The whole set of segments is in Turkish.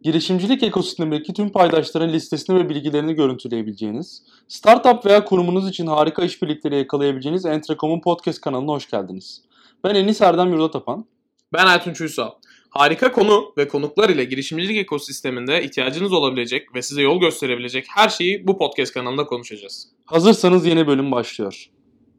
Girişimcilik ekosistemindeki tüm paydaşların listesini ve bilgilerini görüntüleyebileceğiniz, startup veya kurumunuz için harika işbirlikleri yakalayabileceğiniz Entrecom'un podcast kanalına hoş geldiniz. Ben Enis Erdem Yurdatapan. Ben Ertunç Uysal. Harika konu ve konuklar ile girişimcilik ekosisteminde ihtiyacınız olabilecek ve size yol gösterebilecek her şeyi bu podcast kanalında konuşacağız. Hazırsanız yeni bölüm başlıyor.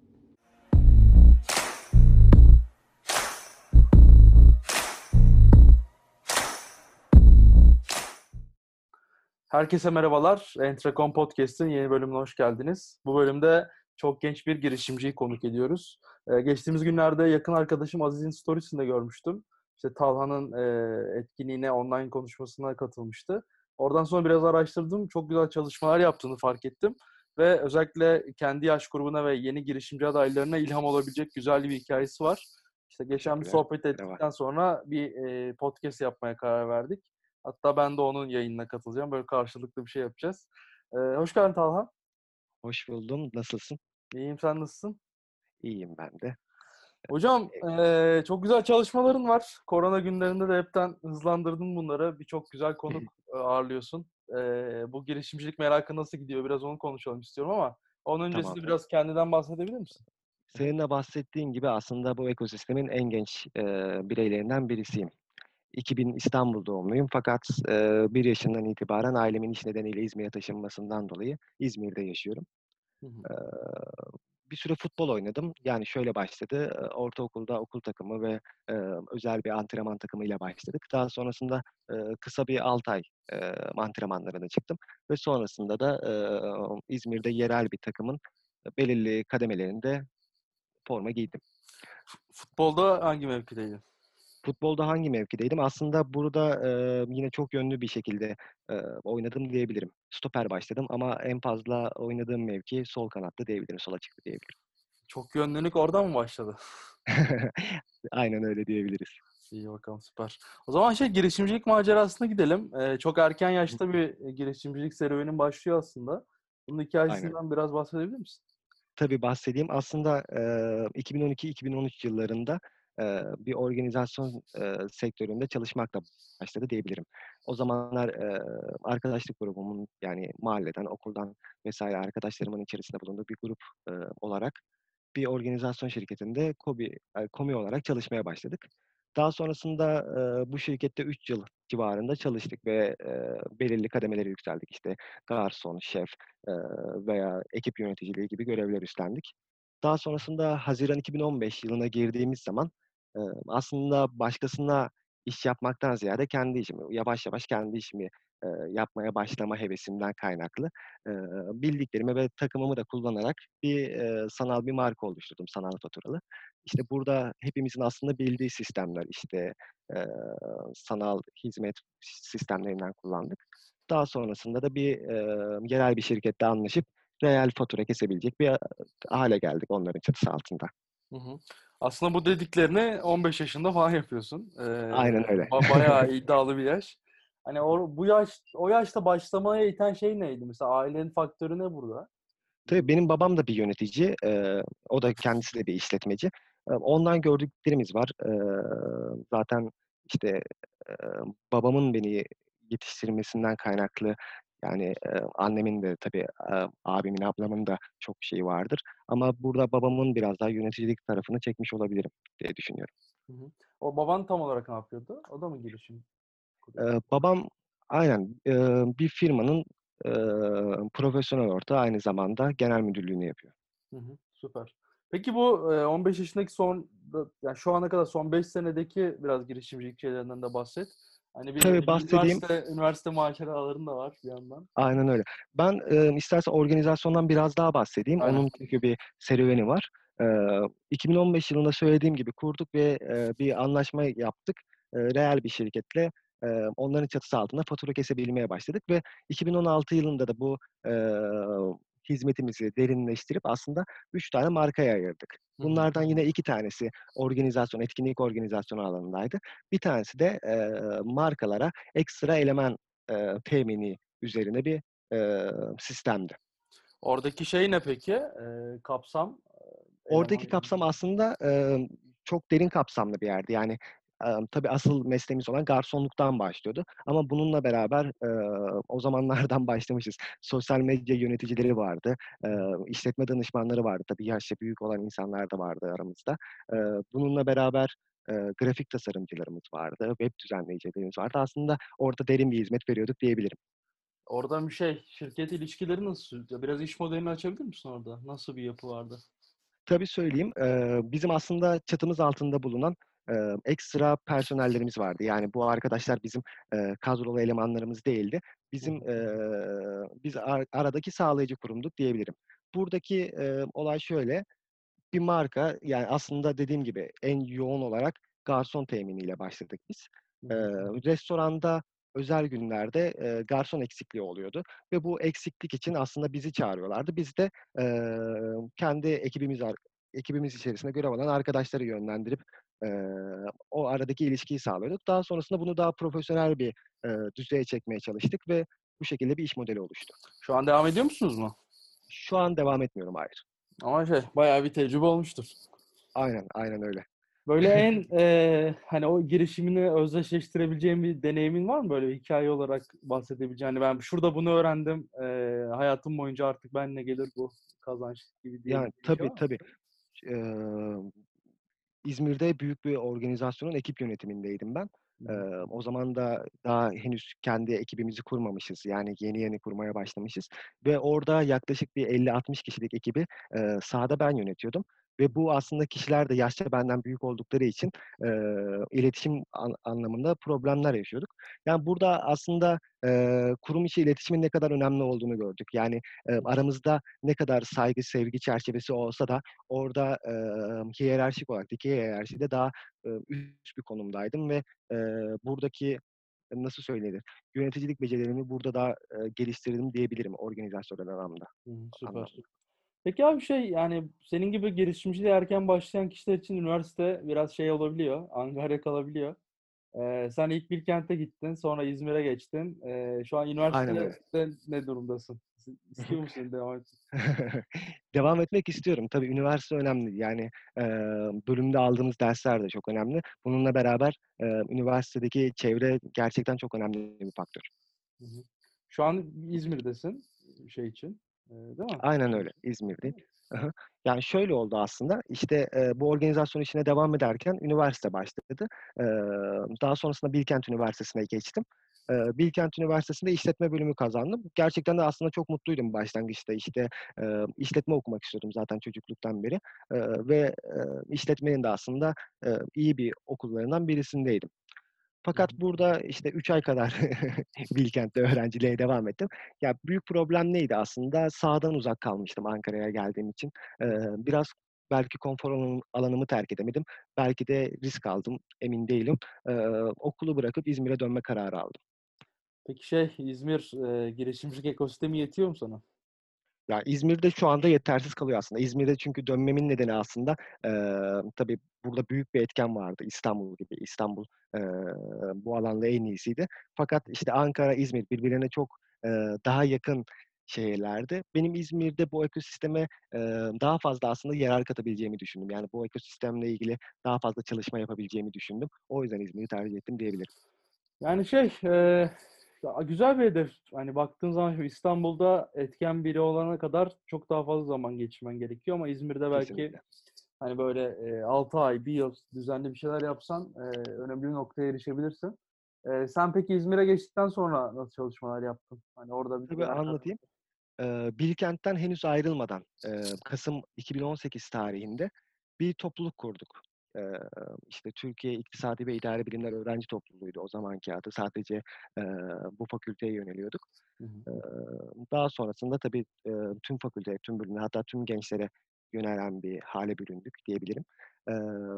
Herkese merhabalar. Entrecom Podcast'ın yeni bölümüne hoş geldiniz. Bu bölümde çok genç bir girişimciyi konuk ediyoruz. Geçtiğimiz günlerde yakın arkadaşım Aziz'in storiesinde görmüştüm. İşte Talha'nın etkinliğine, online konuşmasına katılmıştı. Oradan sonra biraz araştırdım. Çok güzel çalışmalar yaptığını fark ettim. Ve özellikle kendi yaş grubuna ve yeni girişimci adaylarına ilham olabilecek güzel bir hikayesi var. İşte geçen bir sohbet ettikten sonra bir podcast yapmaya karar verdik. Hatta ben de onun yayınına katılacağım. Böyle karşılıklı bir şey yapacağız. Hoş geldin Talha. Hoş buldum. Nasılsın? İyiyim, sen nasılsın? İyiyim ben de. Hocam çok güzel çalışmaların var. Korona günlerinde de hepten hızlandırdın bunları. Birçok güzel konuk ağırlıyorsun. Bu girişimcilik merakı nasıl gidiyor? Biraz onu konuşalım istiyorum ama onun öncesinde Tamam. biraz kendinden bahsedebilir misin? Senin de bahsettiğin gibi aslında bu ekosistemin en genç bireylerinden birisiyim. 2000 İstanbul doğumluyum fakat 1 yaşından itibaren ailemin iş nedeniyle İzmir'e taşınmasından dolayı İzmir'de yaşıyorum. Hı hı. E, Bir süre futbol oynadım. Yani şöyle başladı. Ortaokulda okul takımı ve e, özel bir antrenman takımıyla başladık. Daha sonrasında kısa bir 6 ay antrenmanlarına çıktım. Ve sonrasında da İzmir'de yerel bir takımın belirli kademelerinde forma giydim. Futbolda hangi mevkideydin? Futbolda hangi mevkideydim? Aslında burada yine çok yönlü bir şekilde oynadım diyebilirim. Stoper başladım ama en fazla oynadığım mevki sol kanatta diyebilirim, sol açıkta diyebilirim. Çok yönlülük oradan mı başladı? Aynen öyle diyebiliriz. İyi bakalım, süper. O zaman girişimcilik macerasına gidelim. Çok erken yaşta bir girişimcilik serüvenin başlıyor aslında. Bunun Aynen. hikayesinden biraz bahsedebilir misin? Tabii bahsedeyim. Aslında 2012-2013 yıllarında bir organizasyon sektöründe çalışmakla başladı diyebilirim. O zamanlar arkadaşlık grubumun yani mahalleden, okuldan vesaire arkadaşlarımın içerisinde bulunduğu bir grup olarak bir organizasyon şirketinde komi olarak çalışmaya başladık. Daha sonrasında bu şirkette 3 yıl civarında çalıştık ve belirli kademelere yükseldik. İşte garson, şef e, veya ekip yöneticiliği gibi görevler üstlendik. Daha sonrasında Haziran 2015 yılına girdiğimiz zaman aslında başkasına iş yapmaktan ziyade kendi işimi, yavaş yavaş kendi işimi yapmaya başlama hevesimden kaynaklı bildiklerimi ve takımımı da kullanarak sanal bir marka oluşturdum, sanal faturalı. İşte burada hepimizin aslında bildiği sistemler, işte e, sanal hizmet sistemlerinden kullandık. Daha sonrasında da yerel bir şirkette anlaşıp reel fatura kesebilecek bir hale geldik onların çatısı altında. Hı hı. Aslında bu dediklerini 15 yaşında falan yapıyorsun. Aynen öyle. Bayağı iddialı bir yaş. Hani o yaşta başlamaya iten şey neydi? Mesela ailenin faktörü ne burada? Tabii benim babam da bir yönetici. O da kendisi de bir işletmeci. Ondan gördüklerimiz var. Zaten işte e, babamın beni yetiştirmesinden kaynaklı yani annemin de tabii abimin, ablamın da çok şeyi vardır. Ama burada babamın biraz daha yöneticilik tarafını çekmiş olabilirim diye düşünüyorum. Hı hı. O baban tam olarak ne yapıyordu? O da mı girişim kuruyordu? Babam aynen bir firmanın e, profesyonel ortağı, aynı zamanda genel müdürlüğünü yapıyor. Hı hı. Süper. Peki bu 15 yaşındaki yani şu ana kadar son 5 senedeki biraz girişimcilik şeylerinden de bahset. Hani bir Tabii bahsedeyim. üniversite maceraların da var bir yandan. Aynen öyle. Ben istersen organizasyondan biraz daha bahsedeyim. Aynen. Onun çünkü bir serüveni var. E, 2015 yılında söylediğim gibi kurduk ve bir anlaşma yaptık. Reel bir şirketle onların çatısı altında fatura kesebilmeye başladık ve 2016 yılında da bu hizmetimizi derinleştirip aslında 3 tane markaya ayırdık. Hı hı. Bunlardan yine 2 tanesi etkinlik organizasyonu alanındaydı. Bir tanesi de markalara ekstra eleman temini üzerine bir sistemdi. Oradaki şey ne peki? Kapsam, Oradaki eleman. kapsam aslında çok derin kapsamlı bir yerdi. Yani tabii asıl mesleğimiz olan garsonluktan başlıyordu. Ama bununla beraber o zamanlardan başlamışız. Sosyal medya yöneticileri vardı, işletme danışmanları vardı. Tabii yaşça büyük olan insanlar da vardı aramızda. Bununla beraber grafik tasarımcılarımız vardı, web düzenleyicilerimiz vardı. Aslında orada derin bir hizmet veriyorduk diyebilirim. Orada bir şirket ilişkileri nasıl? Biraz iş modelini açabilir misin orada? Nasıl bir yapı vardı? Tabii söyleyeyim. Bizim aslında çatımız altında bulunan ekstra personellerimiz vardı. Yani bu arkadaşlar bizim kadrolu elemanlarımız değildi. Hı Bizim hı. biz aradaki sağlayıcı kurumduk diyebilirim. Buradaki olay şöyle. Bir marka, yani aslında dediğim gibi en yoğun olarak garson teminiyle başladık biz. Hı Ee, hı. Restoranda özel günlerde garson eksikliği oluyordu ve bu eksiklik için aslında bizi çağırıyorlardı. Biz de kendi ekibimiz içerisinde görev alan arkadaşları yönlendirip e, o aradaki ilişkiyi sağlıyorduk. Daha sonrasında bunu daha profesyonel bir düzeye çekmeye çalıştık ve bu şekilde bir iş modeli oluştu. Şu an devam ediyor musunuz mu? Şu an devam etmiyorum, hayır. Ama bayağı bir tecrübe olmuştur. Aynen, aynen öyle. Böyle en hani o girişimini özdeşleştirebileceğin bir deneyimin var mı? Böyle bir hikaye olarak bahsedebileceğin. Hani ben şurada bunu öğrendim. Hayatım boyunca artık benimle gelir bu kazanç gibi Yani diyebileceğin bir şey tabii var mı? tabii. Eee, İzmir'de büyük bir organizasyonun ekip yönetimindeydim ben. Hı Eee, hı. O zaman da daha henüz kendi ekibimizi kurmamışız. Yani yeni yeni kurmaya başlamışız. Ve orada yaklaşık bir 50-60 kişilik ekibi sahada ben yönetiyordum. Ve bu aslında kişiler de yaşça benden büyük oldukları için iletişim anlamında problemler yaşıyorduk. Yani burada aslında kurum içi iletişimin ne kadar önemli olduğunu gördük. Yani aramızda ne kadar saygı, sevgi çerçevesi olsa da orada hiyerarşik olarak, dikey hiyerarşide daha üst bir konumdaydım ve buradaki nasıl söylenir, yöneticilik becerilerimi burada daha geliştirdim diyebilirim organizasyonel anlamda. Hı, süper. anlamda. Peki abi yani senin gibi girişimciliğe erken başlayan kişiler için üniversite biraz olabiliyor. Angarya kalabiliyor. Sen ilk Bilkent'e gittin, sonra İzmir'e geçtin. Şu an Aynen öyle. üniversitede ne durumdasın? İstiyor musun devam etmek? Devam etmek istiyorum. Tabii üniversite önemli. Yani bölümde aldığımız dersler de çok önemli. Bununla beraber üniversitedeki çevre gerçekten çok önemli bir faktör. Hı hı. Şu an İzmir'desin için, değil mi? Aynen öyle. İzmir'deyim. Hı hı. Yani şöyle oldu aslında. İşte bu organizasyon işine devam ederken üniversite başladı. Eee, Daha sonrasında Bilkent Üniversitesi'ne geçtim. Bilkent Üniversitesi'nde işletme bölümü kazandım. Gerçekten de aslında çok mutluydum başlangıçta. İşte işletme okumak istiyordum zaten çocukluktan beri. Ve işletmenin de aslında iyi bir okullarından birisindeydim. Hı hı. Fakat burada işte 3 ay kadar Bilkent'te öğrenciliğe devam ettim. Ya büyük problem neydi aslında? Sahadan uzak kalmıştım Ankara'ya geldiğim için. Biraz belki konfor alanımı terk edemedim. Belki de risk aldım, emin değilim. Okulu bırakıp İzmir'e dönme kararı aldım. Peki İzmir girişimcilik ekosistemi yetiyor mu sana? Ya İzmir'de şu anda yetersiz kalıyor aslında. İzmir'de çünkü dönmemin nedeni aslında tabii burada büyük bir etken vardı. İstanbul gibi. İstanbul eee, bu alanda en iyisiydi. Fakat işte Ankara, İzmir birbirlerine çok daha yakın şehirlerdi. Benim İzmir'de bu ekosisteme daha fazla aslında yarar katabileceğimi düşündüm. Yani bu ekosistemle ilgili daha fazla çalışma yapabileceğimi düşündüm. O yüzden İzmir'i tercih ettim diyebilirim. Yani ya güzel bir hedef. Hani baktığın zaman şimdi İstanbul'da etken biri olana kadar çok daha fazla zaman geçirmen gerekiyor ama İzmir'de belki Kesinlikle. hani böyle 6 ay, bir yıl düzenli bir şeyler yapsan önemli bir noktaya erişebilirsin. Sen peki İzmir'e geçtikten sonra nasıl çalışmalar yaptın? Hani orada bir Tabii neler anlatayım. kazandın? Bilkent'ten henüz ayrılmadan Kasım 2018 tarihinde bir topluluk kurduk. Eee işte Türkiye İktisadi ve İdari Bilimler Öğrenci Topluluğu'ydu o zamanki adı. Sadece eee, bu fakülteye yöneliyorduk. Hı hı. Eee, Daha sonrasında tabii tüm fakülteye, tüm bölümlere hatta tüm gençlere yönelen bir hale büründük diyebilirim. Eee,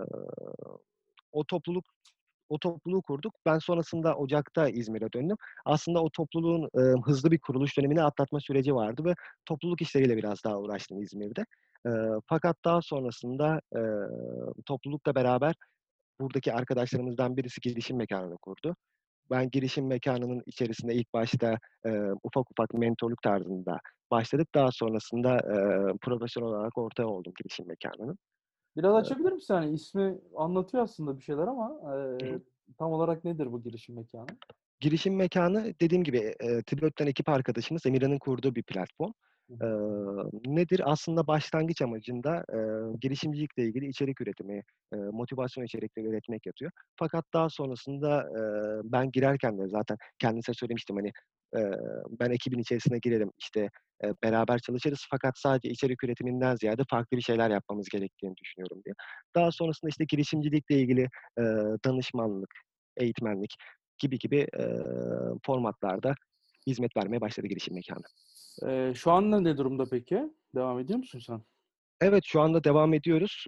o topluluk O topluluğu kurduk. Ben sonrasında Ocak'ta İzmir'e döndüm. Aslında o topluluğun hızlı bir kuruluş dönemini atlatma süreci vardı ve topluluk işleriyle biraz daha uğraştım İzmir'de. Fakat daha sonrasında toplulukla beraber buradaki arkadaşlarımızdan birisi girişim mekanını kurdu. Ben girişim mekanının içerisinde ilk başta ufak ufak mentorluk tarzında başladık. Daha sonrasında profesyonel olarak ortağı oldum girişim mekanının. Biraz Eee, açabilir misin? Yani ismi anlatıyor aslında bir şeyler ama hı hı. tam olarak nedir bu girişim mekanı? Girişim mekânı dediğim gibi, TİBÖT'ten ekip arkadaşımız Emirhan'ın kurduğu bir platform. Hı Eee, hı. nedir? Aslında başlangıç amacında, girişimcilikle ilgili içerik üretimi, motivasyon içerikleri üretmek yatıyor. Fakat daha sonrasında, ben girerken de zaten kendisine söylemiştim, hani, eee, ben ekibin içerisine girerim, işte, beraber çalışırız fakat sadece içerik üretiminden ziyade farklı bir şeyler yapmamız gerektiğini düşünüyorum diye. Daha sonrasında, işte, girişimcilikle ilgili, danışmanlık, eğitmenlik gibi formatlarda hizmet vermeye başladı girişim mekânı. Şu anda ne durumda peki? Devam ediyor musun sen? Evet, şu anda devam ediyoruz.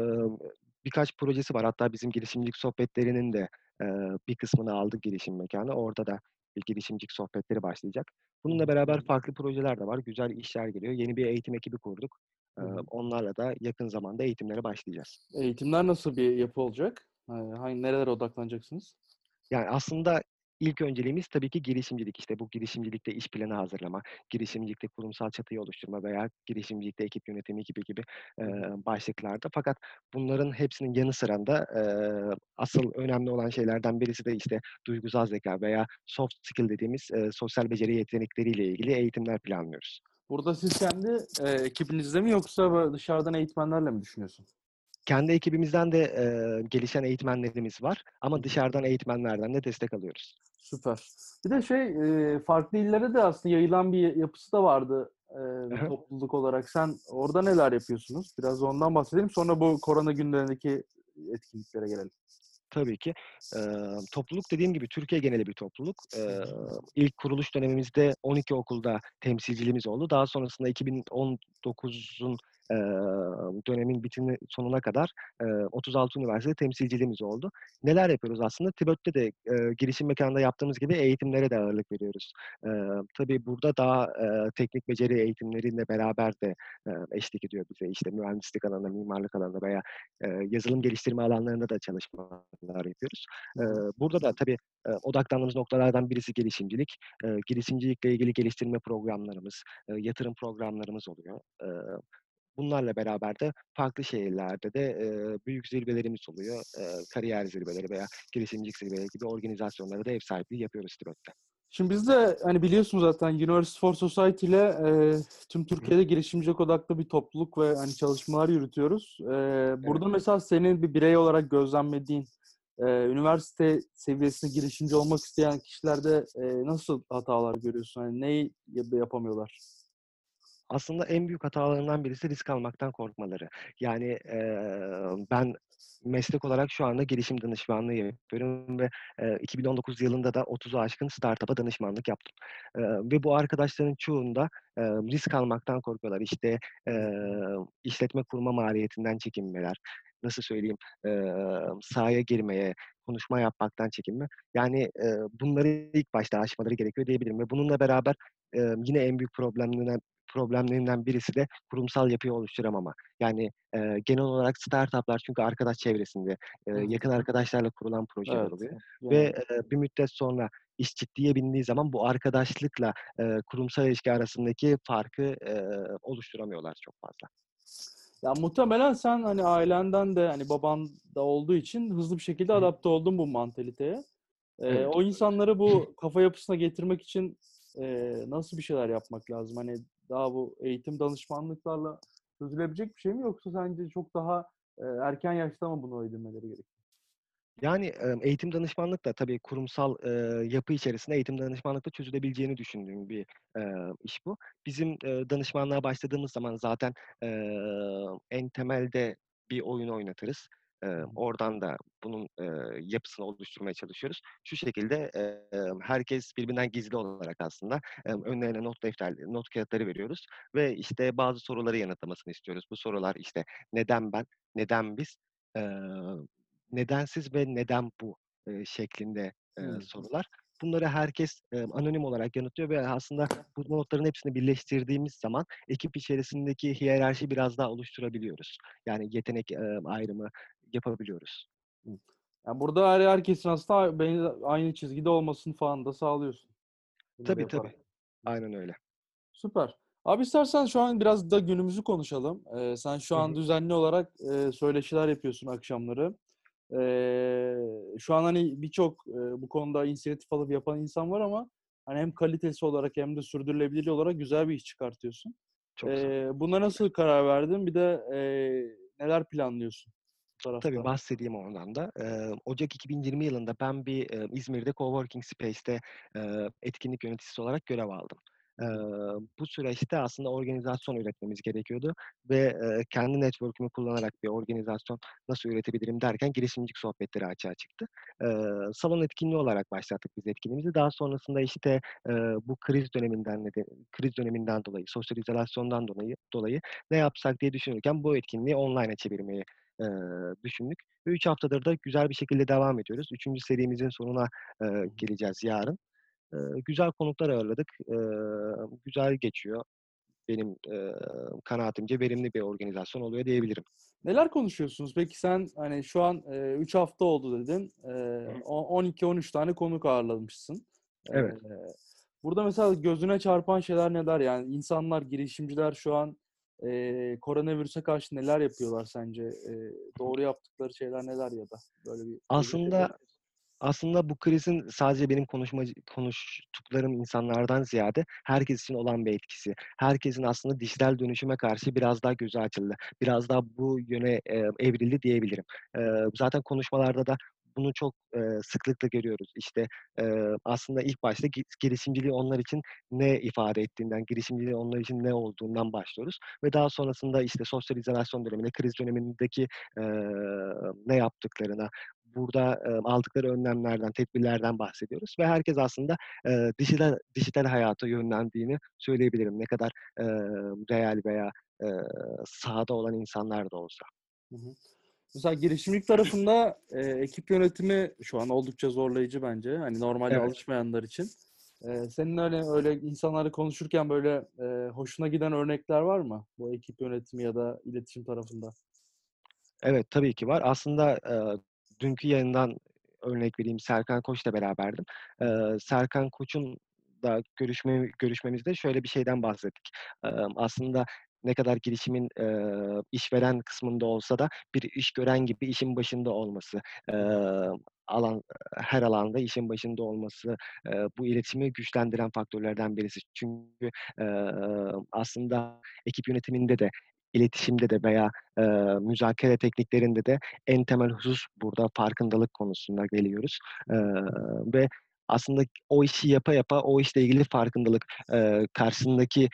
Birkaç projesi var. Hatta bizim girişimcilik sohbetlerinin de, bir kısmını aldı girişim mekânı. Orada da bir girişimcilik sohbetleri başlayacak. Hı Bununla hı. beraber farklı projeler de var. Güzel işler geliyor. Yeni bir eğitim ekibi kurduk. Hı hı. Onlarla da yakın zamanda eğitimlere başlayacağız. Eğitimler nasıl bir yapı olacak? Nerelere odaklanacaksınız? Yani, aslında ilk önceliğimiz tabii ki girişimcilik. İşte, bu girişimcilikte iş planı hazırlama, girişimcilikte kurumsal çatıyı oluşturma veya girişimcilikte ekip yönetimi gibi, Hı hı. başlıklarda. Fakat bunların hepsinin yanı sıranda, asıl önemli olan şeylerden birisi de, işte, duygusal zeka veya soft skill dediğimiz, sosyal beceri yetenekleriyle ilgili eğitimler planlıyoruz. Burada siz kendi ekibinizde mi yoksa böyle dışarıdan eğitmenlerle mi düşünüyorsun? Kendi ekibimizden de, gelişen eğitmenlerimiz var Hı ama hı. dışarıdan eğitmenlerden de destek alıyoruz. Süper. Bir de farklı illere de aslında yayılan bir yapısı da vardı bir topluluk olarak. Sen orada neler yapıyorsunuz? Biraz ondan bahsedelim. Sonra bu korona günlerindeki etkinliklere gelelim. Tabii ki. Topluluk dediğim gibi Türkiye geneli bir topluluk. Hı hı. İlk kuruluş dönemimizde 12 okulda temsilciliğimiz oldu. Daha sonrasında 2019'un eee, dönemin bitimi sonuna kadar 36 üniversitede temsilciliğimiz oldu. Neler yapıyoruz aslında? TİBÖT'te de girişim mekânında yaptığımız gibi eğitimlere de ağırlık veriyoruz. Tabii burada daha teknik beceri eğitimleriyle beraber de eşlik ediyor bize. İşte mühendislik alanında, mimarlık alanında veya yazılım geliştirme alanlarında da çalışmalar yapıyoruz. Hı hı. Burada da tabii, odaklandığımız noktalardan birisi girişimcilik. Girişimcilikle ilgili geliştirme programlarımız, yatırım programlarımız oluyor. Bunlarla beraber de farklı şehirlerde de, büyük zirvelerimiz oluyor. Kariyer zirveleri veya girişimcilik zirveleri gibi organizasyonlara da ev sahipliği yapıyoruz TİBÖT'te. Şimdi biz de hani biliyorsun zaten University for Society ile tüm Hı hı. Türkiye'de girişimcilik odaklı bir topluluk ve hani çalışmalar yürütüyoruz. Evet. Burada mesela senin bir birey olarak gözlemlediğin üniversite seviyesinde girişimci olmak isteyen kişilerde nasıl hatalar görüyorsun? Hani neyi yapamıyorlar? Aslında en büyük hatalarından birisi risk almaktan korkmaları. Yani, ben meslek olarak şu anda girişim danışmanlığı yapıyorum ve, 2019 yılında da 30'u aşkın startup'a danışmanlık yaptım. Ve bu arkadaşların çoğunda, risk almaktan korkuyorlar. İşte, işletme kurma maliyetinden çekinmeler, nasıl söyleyeyim, sahaya girmeye, konuşma yapmaktan çekinme. Yani, bunları ilk başta aşmaları gerekiyor diyebilirim ve bununla beraber, yine en büyük problemlerinden birisi de kurumsal yapıyı oluşturamama. Yani, genel olarak startup'lar çünkü arkadaş çevresinde, Hı hı. yakın arkadaşlarla kurulan projeler Evet. oluyor ve, Genelde. bir müddet sonra iş ciddiye bindiği zaman bu arkadaşlıkla, kurumsal ilişki arasındaki farkı, oluşturamıyorlar çok fazla. Ya muhtemelen sen hani ailenden de hani baban da olduğu için hızlı bir şekilde Hı hı. adapte oldun bu mantaliteye. Evet. O insanları bu kafa yapısına getirmek için nasıl bir şeyler yapmak lazım? Hani daha bu eğitim danışmanlıklarla çözülebilecek bir şey mi yoksa sence çok daha erken yaşta mı bunu edinmeleri gerekiyor? Yani, eğitim danışmanlık da tabii kurumsal, yapı içerisinde eğitim danışmanlıkla çözülebileceğini düşündüğüm bir, iş bu. Bizim, danışmanlığa başladığımız zaman zaten, en temelde bir oyun oynatırız. Hı hı. Oradan da bunun, yapısını oluşturmaya çalışıyoruz. Şu şekilde, herkes birbirinden gizli olarak aslında, önlerine not kağıtları veriyoruz ve, işte, bazı soruları yanıtlamasını istiyoruz. Bu sorular, işte, "Neden ben? Neden biz?" Eee nedensiz ve neden bu, şeklinde, Hı. sorular. Bunları herkes, anonim olarak yanıtlıyor ve aslında bu notların hepsini birleştirdiğimiz zaman ekip içerisindeki hiyerarşi biraz daha oluşturabiliyoruz. Yani yetenek, ayrımı yapabiliyoruz. Hı. Ya burada herkesin aslında aynı çizgide olmasını falan da sağlıyorsun bunları Tabii, yaparak. tabii. Aynen öyle. Süper. Abi istersen şu an biraz da günümüzü konuşalım. Sen şu Hı an hı. düzenli olarak söyleşiler yapıyorsun akşamları. Şu an hani birçok bu konuda inisiyatif alıp yapan insan var ama hani hem kalitesi olarak hem de sürdürülebilirliği olarak güzel bir iş çıkartıyorsun. Çok sağ ol. Buna nasıl karar verdin? Bir de neler planlıyorsun bu Tabii tarafta? bahsedeyim ondan da. Ocak 2020 yılında ben bir İzmir'de Coworking Space'te etkinlik yöneticisi olarak görev aldım. Hı hı. Bu süreçte aslında organizasyon üretmemiz gerekiyordu ve kendi network'ümü kullanarak bir organizasyon nasıl üretebilirim derken girişimcilik sohbetleri açığa çıktı. Salon etkinliği olarak başlattık biz etkinliğimizi. Daha sonrasında işte bu kriz döneminden dolayı, sosyal izolasyondan dolayı ne yapsak diye düşünürken bu etkinliği online'a çevirmeyi eee, düşündük. Ve 3 haftadır da güzel bir şekilde devam ediyoruz. Üçüncü serimizin sonuna Hı hı. geleceğiz yarın. Güzel konuklar ağırladık. Güzel geçiyor. Benim kanaatimce verimli bir organizasyon oluyor diyebilirim. Neler konuşuyorsunuz? Peki sen hani şu an 3 hafta oldu dedin. Hı hı. 12-13 tane konuk ağırlamışsın. E, Evet. Burada mesela gözüne çarpan şeyler neler? Yani insanlar, girişimciler şu an koronavirüse karşı neler yapıyorlar sence? Doğru yaptıkları şeyler neler ya da böyle bir özet Aslında yapabilir. Aslında bu krizin sadece benim konuştuklarım insanlardan ziyade herkes için olan bir etkisi. Herkesin aslında dijital dönüşüme karşı biraz daha gözü açıldı. Biraz daha bu yöne evrildi diyebilirim. Zaten konuşmalarda da bunu çok sıklıkla görüyoruz. İşte aslında ilk başta girişimciliği onlar için ne ifade ettiğinden, girişimciliği onlar için ne olduğundan başlıyoruz. Ve daha sonrasında işte sosyal izolasyon döneminde, kriz dönemindeki e, ne yaptıklarına, burada aldıkları önlemlerden, tedbirlerden bahsediyoruz ve herkes aslında dijital hayata yönlendiğini söyleyebilirim. Ne kadar real veya eee, sahada olan insanlar da olsa. Hı hı. Mesela girişimcilik tarafında ekip yönetimi şu an oldukça zorlayıcı bence. Hani normalde Evet. alışmayanlar için. Senin öyle insanlarla konuşurken böyle hoşuna giden örnekler var mı? Bu ekip yönetimi ya da iletişim tarafında. Evet, tabii ki var. Aslında dünkü yayından örnek vereyim. Serkan Koç'la beraberdim. Serkan Koç'un da görüşmemizde şöyle bir şeyden bahsettik. Aslında ne kadar girişimin işveren kısmında olsa da bir iş gören gibi işin başında olması, eee, alan her alanda işin başında olması bu iletişimi güçlendiren faktörlerden birisi. Çünkü eee, aslında ekip yönetiminde de iletişimde de veya müzakere tekniklerinde de en temel husus burada farkındalık konusunda geliyoruz. Ve aslında o işi yapa yapa o işle ilgili farkındalık karşısındaki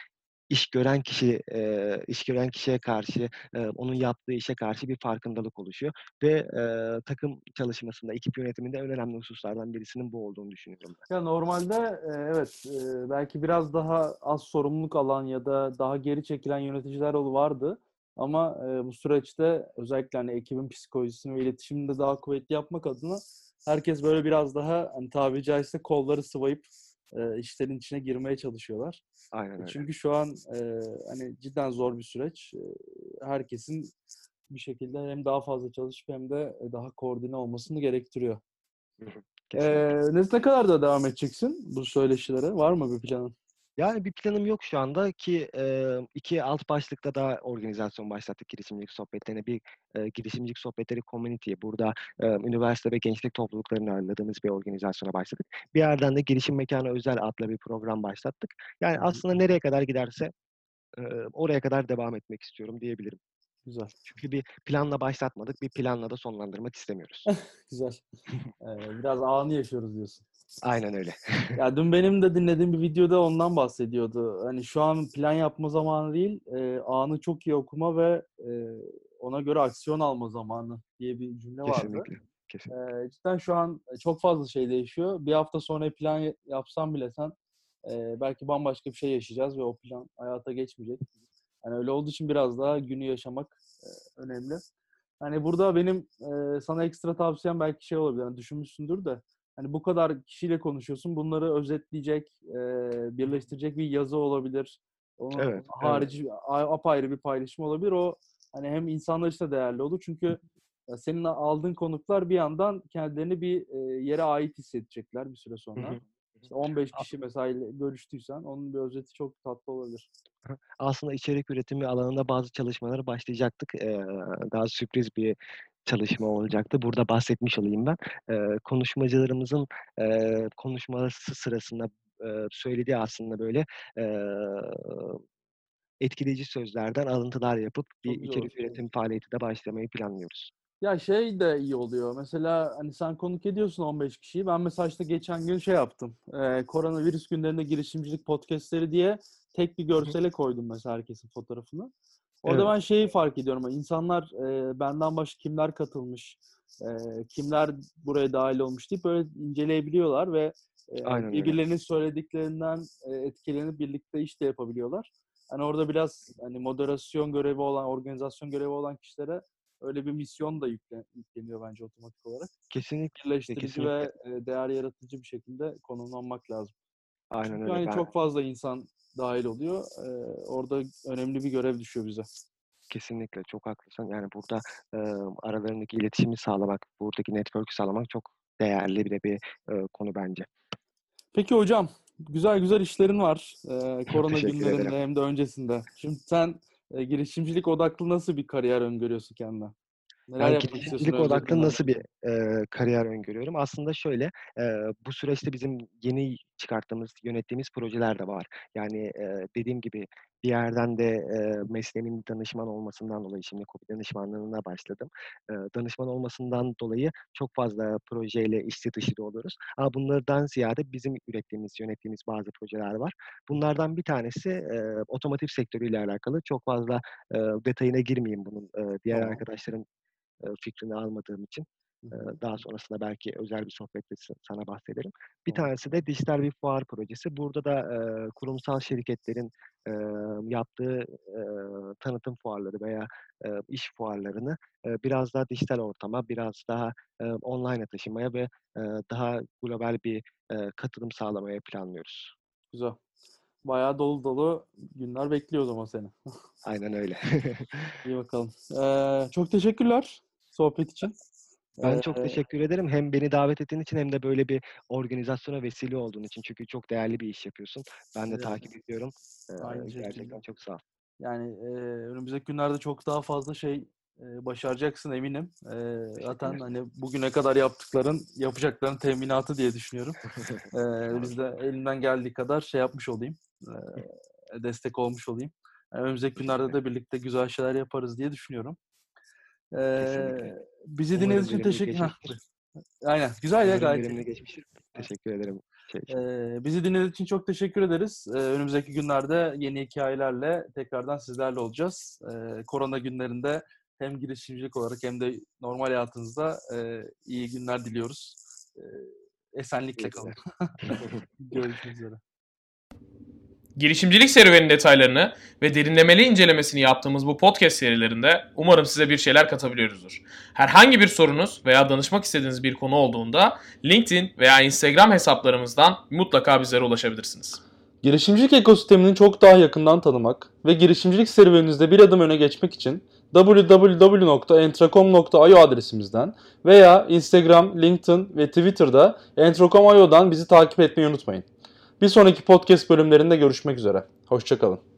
iş gören kişiye karşı onun yaptığı işe karşı bir farkındalık oluşuyor ve takım çalışmasında, ekip yönetiminde en önemli hususlardan birisinin bu olduğunu düşünüyorum ben. Ya normalde evet belki biraz daha az sorumluluk alan ya da daha geri çekilen yöneticiler vardı. Ama bu süreçte özellikle hani ekibin psikolojisini ve iletişimini de daha kuvvetli yapmak adına herkes böyle biraz daha hani tabiri caizse kolları sıvayıp işlerin içine girmeye çalışıyorlar. Aynen öyle. Çünkü şu an hani cidden zor bir süreç. Herkesin bir şekilde hem daha fazla çalışıp hem de daha koordine olmasını gerektiriyor. Hı hı. Kesinlikle. Ne kadar da devam edeceksin bu söyleşilere? Var mı bir planın? Yani bir planım yok şu anda ki iki alt başlıkta da organizasyon başlattık girişimcilik sohbetlerine. Bir girişimcilik sohbetleri community. Burada üniversite ve gençlik topluluklarını ağırladığımız bir organizasyona başladık. Bir yerden de girişim mekanı özel adlı bir program başlattık. Yani Hı hı. aslında nereye kadar giderse e, oraya kadar devam etmek istiyorum diyebilirim. Güzel. Çünkü bir planla başlatmadık, bir planla da sonlandırmak istemiyoruz. Güzel. Biraz anı yaşıyoruz diyorsun. Aynen öyle. Ya dün benim de dinlediğim bir videoda ondan bahsediyordu. Hani şu an plan yapma zamanı değil, anı çok iyi okuma ve ona göre aksiyon alma zamanı diye bir cümle vardı. Kesinlikle. Kesinlikle. Cidden şu an çok fazla şey değişiyor. Bir hafta sonra plan yapsam bile sen belki bambaşka bir şey yaşayacağız ve o plan hayata geçmeyecek. Yani öyle olduğu için biraz daha günü yaşamak önemli. Hani burada benim sana ekstra tavsiyem belki şey olabilir. Hani düşünmüşsündür de. Hani bu kadar kişiyle konuşuyorsun. Bunları özetleyecek, birleştirecek bir yazı olabilir. Onun Evet, evet. harici apayrı bir paylaşım olabilir. O hani hem insanlar için de değerli olur. Çünkü senin aldığın konuklar bir yandan kendilerini bir yere ait hissedecekler bir süre Hı sonra. hı. İşte 15 kişi mesela ile görüştüysen onun bir özeti çok tatlı olabilir. Aslında içerik üretimi alanında bazı çalışmalara başlayacaktık. Daha sürpriz bir çalışma olacaktı. Burada bahsetmiş olayım ben. Konuşmacılarımızın konuşması sırasında söylediği aslında böyle eee, etkileyici sözlerden alıntılar yapıp bir Çok güzel olur. içerik üretim faaliyeti de başlamayı planlıyoruz. Ya şey de iyi oluyor. Mesela hani sen konuk ediyorsun 15 kişiyi. Ben mesela işte geçen gün şey yaptım. Koronavirüs günlerinde girişimcilik podcastleri diye tek bir Hı hı. görsele koydum mesela herkesin fotoğrafını. Orada Evet, ben şeyi fark ediyorum. İnsanlar benden başka kimler katılmış, kimler buraya dahil olmuş deyip böyle inceleyebiliyorlar ve aynen öyle. birbirlerinin söylediklerinden etkilenip birlikte iş de yapabiliyorlar. Hani orada biraz hani moderasyon görevi olan, organizasyon görevi olan kişilere öyle bir misyon da yükleniyor bence otomatik olarak. Kesinlikle, Birleştirici kesinlikle. ve değer yaratıcı bir şekilde konumlanmak lazım. Aynen Çünkü öyle. hani Ben çok fazla insan dahil oluyor. Orada önemli bir görev düşüyor bize. kesinlikle çok haklısın. Yani burada aralarındaki iletişimi sağlamak, buradaki network'ü sağlamak çok değerli bir de bir konu bence. Peki hocam, güzel güzel işlerin var. Korona Teşekkür ederim. günlerinde hem de öncesinde. Şimdi sen girişimcilik odaklı nasıl bir kariyer öngörüyorsun kendine? Neler Yani yapmak istiyorsun girişimcilik önümüzdeki odaklı günlerde? nasıl bir kariyer öngörüyorum? Aslında şöyle, bu süreçte bizim yeni çıkarttığımız, yönettiğimiz projeler de var. Yani dediğim gibi bir yerden de mesleğimin danışman olmasından dolayı şimdi KOBİ danışmanlığına başladım. Danışman olmasından dolayı çok fazla projeyle içli dışlı oluyoruz. Ama bunlardan ziyade bizim ürettiğimiz, yönettiğimiz bazı projeler var. Bunlardan bir tanesi otomotiv sektörüyle alakalı. Çok fazla detayına girmeyeyim bunun. Diğer Tamam. arkadaşların fikrini almadığım için. Hı hı. Daha sonrasında belki özel bir sohbette sana bahsederim. Bir Tamam. tanesi de dijital bir fuar projesi. Burada da kurumsal şirketlerin yaptığı tanıtım fuarları veya iş fuarlarını biraz daha dijital ortama, biraz daha online'a taşımaya ve daha global bir katılım sağlamaya planlıyoruz. Güzel. Bayağı dolu dolu günler bekliyor o zaman seni. Aynen öyle. İyi bakalım. Çok teşekkürler sohbet için. Ben Ee, çok teşekkür ederim. Hem beni davet ettiğin için hem de böyle bir organizasyona vesile olduğun için. Çünkü çok değerli bir iş yapıyorsun. Ben de e, takip ediyorum. aynı şekilde. Gerçekten çok sağ ol. Yani önümüzdeki günlerde çok daha fazla şey başaracaksın eminim. Zaten Teşekkürler. hani bugüne kadar yaptıkların, yapacakların teminatı diye düşünüyorum. Sağ ol. Biz de elimden geldiği kadar şey yapmış olayım. Destek olmuş olayım. Yani önümüzdeki günlerde Kesinlikle. de birlikte güzel şeyler yaparız diye düşünüyorum. Ee, Kesinlikle. bizi dinlediğiniz Umarım için verimli teşekkür... geçmiştir. Aynen. Güzel ya Umarım gayet verimli iyi. geçmiştir. Teşekkür ederim şey için. Bizi dinlediğiniz için çok teşekkür ederiz. Önümüzdeki günlerde yeni hikayelerle tekrardan sizlerle olacağız. Korona günlerinde hem girişimcilik olarak hem de normal hayatınızda iyi günler diliyoruz. Esenlikle İyi kalın. günler. Görüşmek üzere. Girişimcilik serüvenin detaylarını ve derinlemeli incelemesini yaptığımız bu podcast serilerinde umarım size bir şeyler katabiliyoruzdur. Herhangi bir sorunuz veya danışmak istediğiniz bir konu olduğunda LinkedIn veya Instagram hesaplarımızdan mutlaka bizlere ulaşabilirsiniz. Girişimcilik ekosistemini çok daha yakından tanımak ve girişimcilik serüveninizde bir adım öne geçmek için www.entracom.io adresimizden veya Instagram, LinkedIn ve Twitter'da entracom.io'dan bizi takip etmeyi unutmayın. Bir sonraki podcast bölümlerinde görüşmek üzere. Hoşça kalın.